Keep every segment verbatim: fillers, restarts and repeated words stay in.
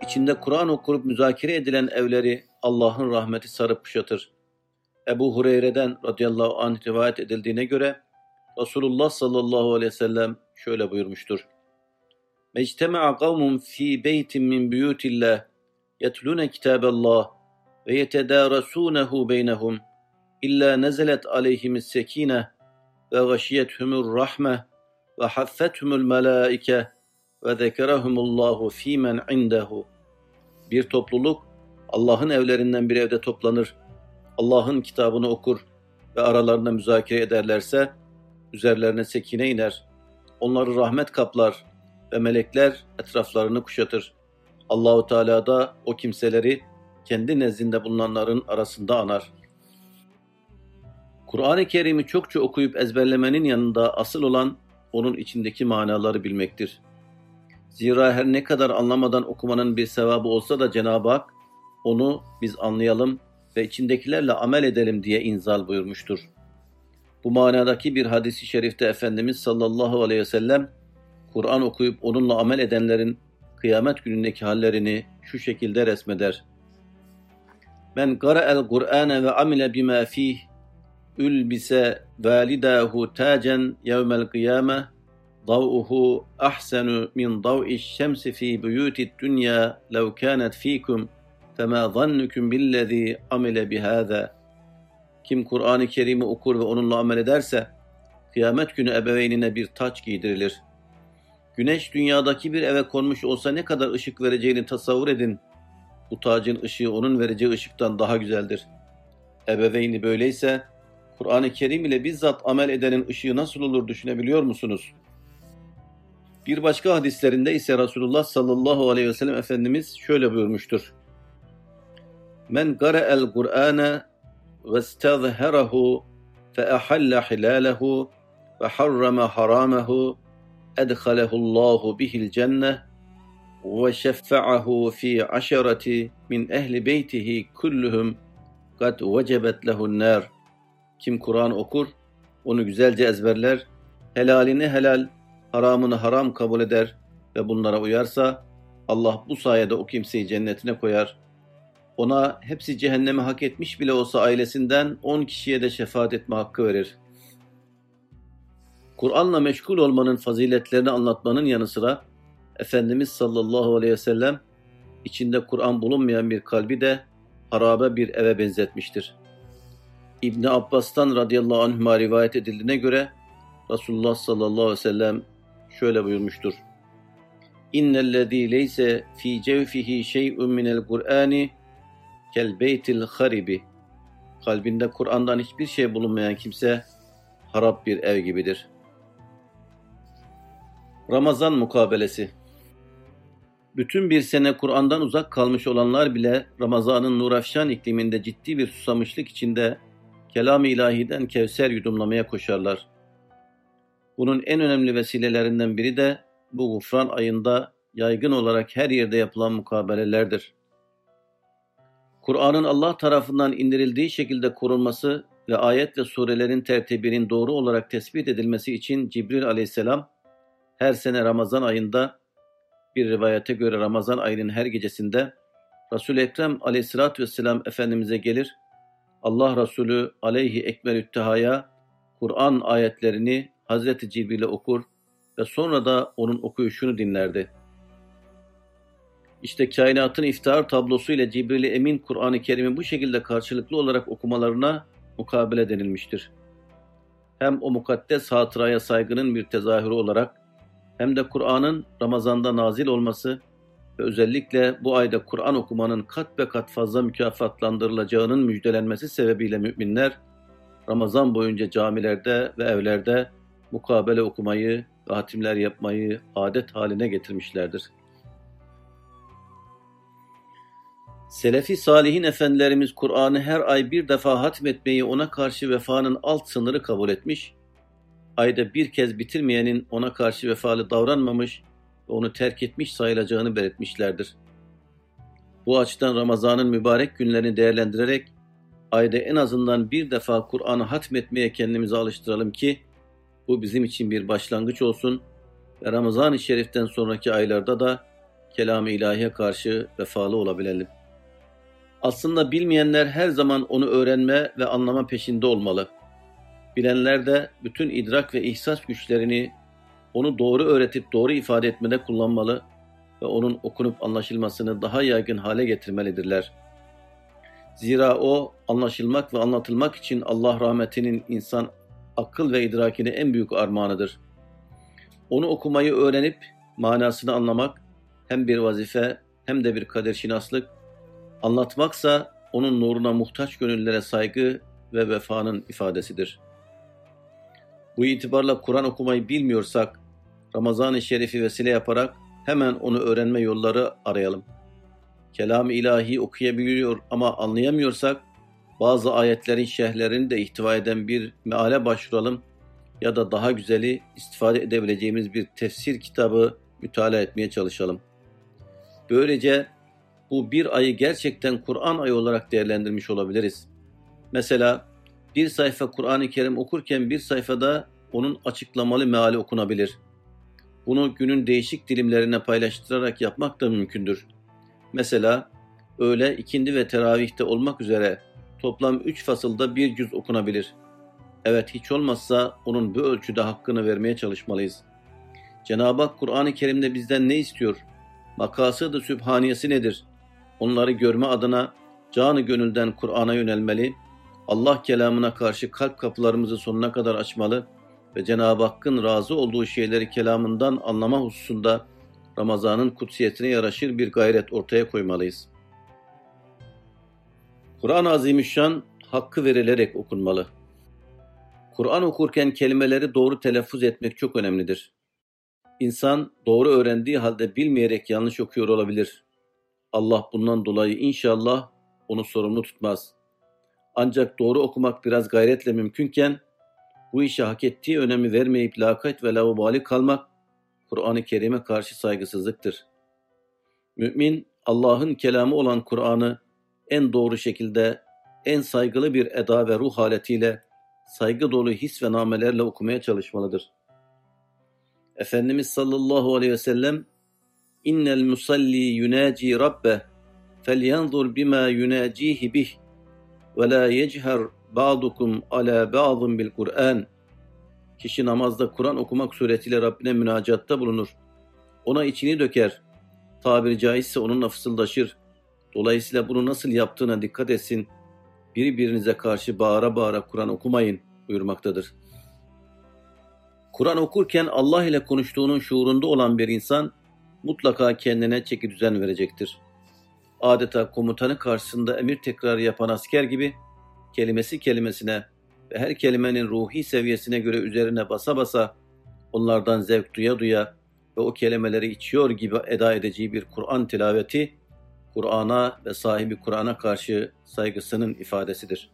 İçinde Kur'an okurup müzakere edilen evleri Allah'ın rahmeti sarıp kuşatır. Ebu Hureyre'den radıyallahu anh rivayet edildiğine göre Resulullah sallallahu aleyhi ve sellem şöyle buyurmuştur. Mectema'a kavmun fi beytin min buyutillah yetlune kitaballah ve yetedâresûnehu beynehum illa nezelet aleyhimis sekîne ve gâşiyethumur rahme ve haffethumul melâike ve zekerahumullahu fîmen indehu. Bir topluluk Allah'ın evlerinden bir evde toplanır, Allah'ın kitabını okur ve aralarında müzakere ederlerse üzerlerine sekine iner. Onları rahmet kaplar ve melekler etraflarını kuşatır. Allahu Teala da o kimseleri kendi nezdinde bulunanların arasında anar. Kur'an-ı Kerim'i çokça okuyup ezberlemenin yanında asıl olan onun içindeki manaları bilmektir. Zira her ne kadar anlamadan okumanın bir sevabı olsa da Cenab-ı Hak onu biz anlayalım ve içindekilerle amel edelim diye inzal buyurmuştur. Bu manadaki bir hadis-i şerifte Efendimiz sallallahu aleyhi ve sellem Kur'an okuyup onunla amel edenlerin kıyamet günündeki hallerini şu şekilde resmeder. Men qara'el Kur'ane ve amile bima fih ülbise validahu tacen yevmel kıyame dav'uhu ahsenu min dav'iş şemsi fi buyutid dünya lev kânet fîkum fema zannukum billezî amile bihâzâ. Kim Kur'an-ı Kerim'i okur ve onunla amel ederse kıyamet günü ebeveynine bir taç giydirilir. Güneş dünyadaki bir eve konmuş olsa ne kadar ışık vereceğini tasavvur edin. Bu tacın ışığı onun vereceği ışıktan daha güzeldir. Ebeveyni böyleyse Kur'an-ı Kerim ile bizzat amel edenin ışığı nasıl olur düşünebiliyor musunuz? Bir başka hadislerinde ise Resulullah sallallahu aleyhi ve sellem Efendimiz şöyle buyurmuştur. Men qara'el Kur'ane ve istazharahu fe ahalla hilalehu ve harrama haramahu edhalehullahu bihil cenne ve şeffa'ahu fi aşarati min ehli beytihi kulluhum kad vecebet lehun nar. Kim Kur'an okur, onu güzelce ezberler, helalini helal, haramını haram kabul eder ve bunlara uyarsa Allah bu sayede o kimseyi cennetine koyar. Ona hepsi cehennemi hak etmiş bile olsa ailesinden on kişiye de şefaat etme hakkı verir. Kur'an'la meşgul olmanın faziletlerini anlatmanın yanı sıra Efendimiz sallallahu aleyhi ve sellem içinde Kur'an bulunmayan bir kalbi de harabe bir eve benzetmiştir. İbni Abbas'tan radıyallahu anhuma rivayet edildiğine göre Resulullah sallallahu aleyhi ve sellem şöyle buyurmuştur. İnnellezî leyse fî cevfihi şey'un minel Kur'ani kel beytil haribi. Kalbinde Kur'an'dan hiçbir şey bulunmayan kimse harap bir ev gibidir. Ramazan mukabelesi. Bütün bir sene Kur'an'dan uzak kalmış olanlar bile Ramazan'ın nurafşan ikliminde ciddi bir susamışlık içinde kelam-ı ilahiden kevser yudumlamaya koşarlar. Bunun en önemli vesilelerinden biri de bu gufran ayında yaygın olarak her yerde yapılan mukabelelerdir. Kur'an'ın Allah tarafından indirildiği şekilde korunması ve ayet ve surelerin tertibinin doğru olarak tespit edilmesi için Cibril aleyhisselam her sene Ramazan ayında, bir rivayete göre Ramazan ayının her gecesinde Resul-i Ekrem aleyhissalatü vesselam Efendimiz'e gelir, Allah Resulü aleyhi ekmelüttehaya Kur'an ayetlerini Hazreti Cibril'e okur ve sonra da onun okuyuşunu dinlerdi. İşte kainatın iftihar tablosu ile Cibril-i Emin Kur'an-ı Kerim'i bu şekilde karşılıklı olarak okumalarına mukabele denilmiştir. Hem o mukaddes hatıraya saygının bir tezahürü olarak hem de Kur'an'ın Ramazan'da nazil olması ve özellikle bu ayda Kur'an okumanın kat be kat fazla mükafatlandırılacağının müjdelenmesi sebebiyle müminler Ramazan boyunca camilerde ve evlerde mukabele okumayı ve hatimler yapmayı adet haline getirmişlerdir. Selefi salihin efendilerimiz Kur'an'ı her ay bir defa hatmetmeyi ona karşı vefanın alt sınırı kabul etmiş, ayda bir kez bitirmeyenin ona karşı vefalı davranmamış ve onu terk etmiş sayılacağını belirtmişlerdir. Bu açıdan Ramazan'ın mübarek günlerini değerlendirerek ayda en azından bir defa Kur'an'ı hatmetmeye kendimizi alıştıralım ki bu bizim için bir başlangıç olsun ve Ramazan-ı Şerif'ten sonraki aylarda da kelam-ı ilahiye karşı vefalı olabilelim. Aslında bilmeyenler her zaman onu öğrenme ve anlama peşinde olmalı. Bilenler de bütün idrak ve ihsas güçlerini onu doğru öğretip doğru ifade etmede kullanmalı ve onun okunup anlaşılmasını daha yaygın hale getirmelidirler. Zira o, anlaşılmak ve anlatılmak için Allah rahmetinin insan akıl ve idrakine en büyük armağanıdır. Onu okumayı öğrenip manasını anlamak hem bir vazife hem de bir kaderşinaslık, anlatmaksa onun nuruna muhtaç gönüllere saygı ve vefanın ifadesidir. Bu itibarla Kur'an okumayı bilmiyorsak, Ramazan-ı Şerif'i vesile yaparak hemen onu öğrenme yolları arayalım. Kelam-ı ilahi okuyabiliyor ama anlayamıyorsak, bazı ayetlerin şerhlerini de ihtiva eden bir meale başvuralım ya da daha güzeli istifade edebileceğimiz bir tefsir kitabı mütalaa etmeye çalışalım. Böylece bu bir ayı gerçekten Kur'an ayı olarak değerlendirmiş olabiliriz. Mesela bir sayfa Kur'an-ı Kerim okurken bir sayfada onun açıklamalı meali okunabilir. Bunu günün değişik dilimlerine paylaştırarak yapmak da mümkündür. Mesela öğle, ikindi ve teravihte olmak üzere toplam üç fasılda bir cüz okunabilir. Evet, hiç olmazsa onun bu ölçüde hakkını vermeye çalışmalıyız. Cenab-ı Hak Kur'an-ı Kerim'de bizden ne istiyor? Makasıd-ı sübhaniyesi nedir? Onları görme adına canı gönülden Kur'an'a yönelmeli, Allah kelamına karşı kalp kapılarımızı sonuna kadar açmalı ve Cenab-ı Hakk'ın razı olduğu şeyleri kelamından anlama hususunda Ramazan'ın kutsiyetine yaraşır bir gayret ortaya koymalıyız. Kur'an-ı Azimüşşan hakkı verilerek okunmalı. Kur'an okurken kelimeleri doğru telaffuz etmek çok önemlidir. İnsan doğru öğrendiği halde bilmeyerek yanlış okuyor olabilir. Allah bundan dolayı inşallah onu sorumlu tutmaz. Ancak doğru okumak biraz gayretle mümkünken, bu işe hak ettiği önemi vermeyip lakayt ve laubali kalmak, Kur'an-ı Kerim'e karşı saygısızlıktır. Mümin, Allah'ın kelamı olan Kur'an'ı en doğru şekilde, en saygılı bir eda ve ruh haletiyle, saygı dolu his ve namelerle okumaya çalışmalıdır. Efendimiz sallallahu aleyhi ve sellem, İnnel musalli yunaci rabbe felyanzur bima yunacihi bih ve la yechar ba'dukum ala ba'dun bil Kur'an. Kişi namazda Kur'an okumak suretiyle Rabbine münacatta bulunur. Ona içini döker. Tabiri caizse onunla fısıldaşır. Dolayısıyla bunu nasıl yaptığına dikkat etsin. Birbirinize karşı bağıra bağıra Kur'an okumayın buyurmaktadır. Kur'an okurken Allah ile konuştuğunun şuurunda olan bir insan mutlaka kendine çeki düzen verecektir. Adeta komutanı karşısında emir tekrarı yapan asker gibi kelimesi kelimesine ve her kelimenin ruhi seviyesine göre üzerine basa basa onlardan zevk duya duya ve o kelimeleri içiyor gibi eda edeceği bir Kur'an tilaveti, Kur'an'a ve sahibi Kur'an'a karşı saygısının ifadesidir.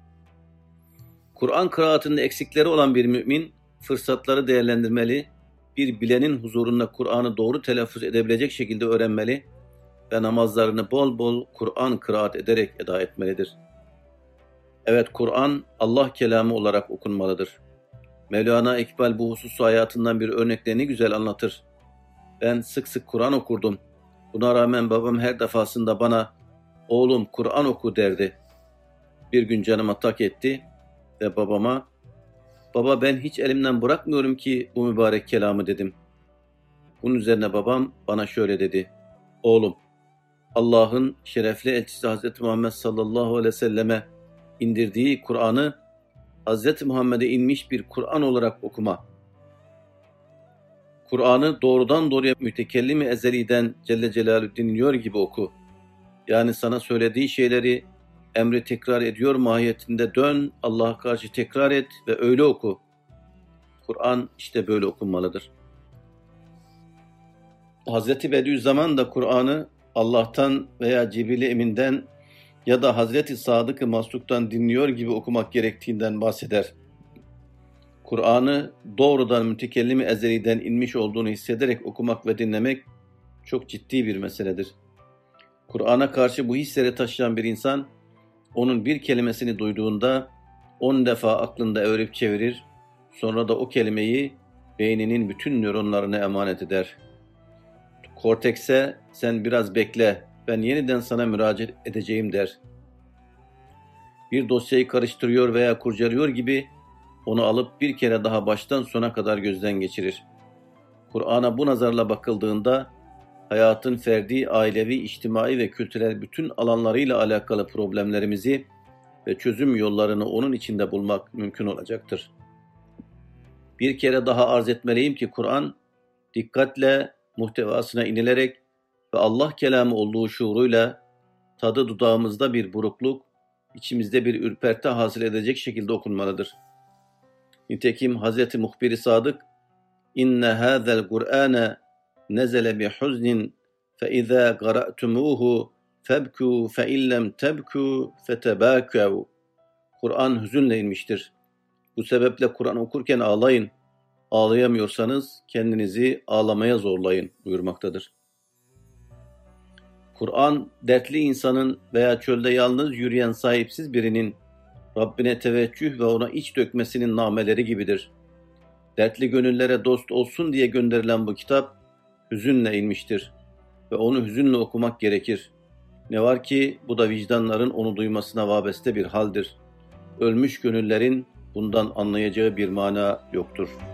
Kur'an kıraatında eksikleri olan bir mümin, fırsatları değerlendirmeli, bir bilenin huzurunda Kur'an'ı doğru telaffuz edebilecek şekilde öğrenmeli ve namazlarını bol bol Kur'an kıraat ederek eda etmelidir. Evet, Kur'an Allah kelamı olarak okunmalıdır. Mevlana İkbal bu hususu hayatından bir örnekle ne güzel anlatır. Ben sık sık Kur'an okurdum. Buna rağmen babam her defasında bana "Oğlum Kur'an oku" derdi. Bir gün canıma tak etti ve babama "Baba, ben hiç elimden bırakmıyorum ki bu mübarek kelamı" dedim. Bunun üzerine babam bana şöyle dedi: "Oğlum, Allah'ın şerefli elçisi Hazreti Muhammed sallallahu aleyhi ve selleme indirdiği Kur'an'ı Hazreti Muhammed'e inmiş bir Kur'an olarak okuma. Kur'an'ı doğrudan doğruya mütekellim-i ezeliden Celle Celaluhu dinliyor gibi oku. Yani sana söylediği şeyleri emri tekrar ediyor mahiyetinde dön, Allah'a karşı tekrar et ve öyle oku. Kur'an işte böyle okunmalıdır." Hazreti Bediüzzaman da Kur'an'ı Allah'tan veya Cibril-i Emin'den ya da Hazreti Sadık-ı Masluk'tan dinliyor gibi okumak gerektiğinden bahseder. Kur'an'ı doğrudan mütekellim-i ezeliden inmiş olduğunu hissederek okumak ve dinlemek çok ciddi bir meseledir. Kur'an'a karşı bu hisleri taşıyan bir insan, onun bir kelimesini duyduğunda on defa aklında evirip çevirir, sonra da o kelimeyi beyninin bütün nöronlarına emanet eder. Kortekse sen biraz bekle, ben yeniden sana müracaat edeceğim der. Bir dosyayı karıştırıyor veya kurcalıyor gibi onu alıp bir kere daha baştan sona kadar gözden geçirir. Kur'an'a bu nazarla bakıldığında hayatın ferdi, ailevi, içtimai ve kültürel bütün alanlarıyla alakalı problemlerimizi ve çözüm yollarını onun içinde bulmak mümkün olacaktır. Bir kere daha arz etmeliyim ki Kur'an dikkatle muhtevasına inilerek ve Allah kelamı olduğu şuuruyla tadı dudağımızda bir burukluk, içimizde bir ürperti hasıl edecek şekilde okunmalıdır. Nitekim Hazreti Muhbir-i Sadık İnne hâzel Kur'âne nezele bi huznin fe izâ qara'tumuhu febkû fe illem tebkû fetebâkû. Kur'an hüzünle inmiştir. Bu sebeple Kur'an okurken ağlayın. Ağlayamıyorsanız kendinizi ağlamaya zorlayın buyurmaktadır. Kur'an, dertli insanın veya çölde yalnız yürüyen sahipsiz birinin Rabbine teveccüh ve ona iç dökmesinin nameleri gibidir. Dertli gönüllere dost olsun diye gönderilen bu kitap hüzünle inmiştir ve onu hüzünle okumak gerekir. Ne var ki bu da vicdanların onu duymasına vabeste bir haldir. Ölmüş gönüllerin bundan anlayacağı bir mana yoktur.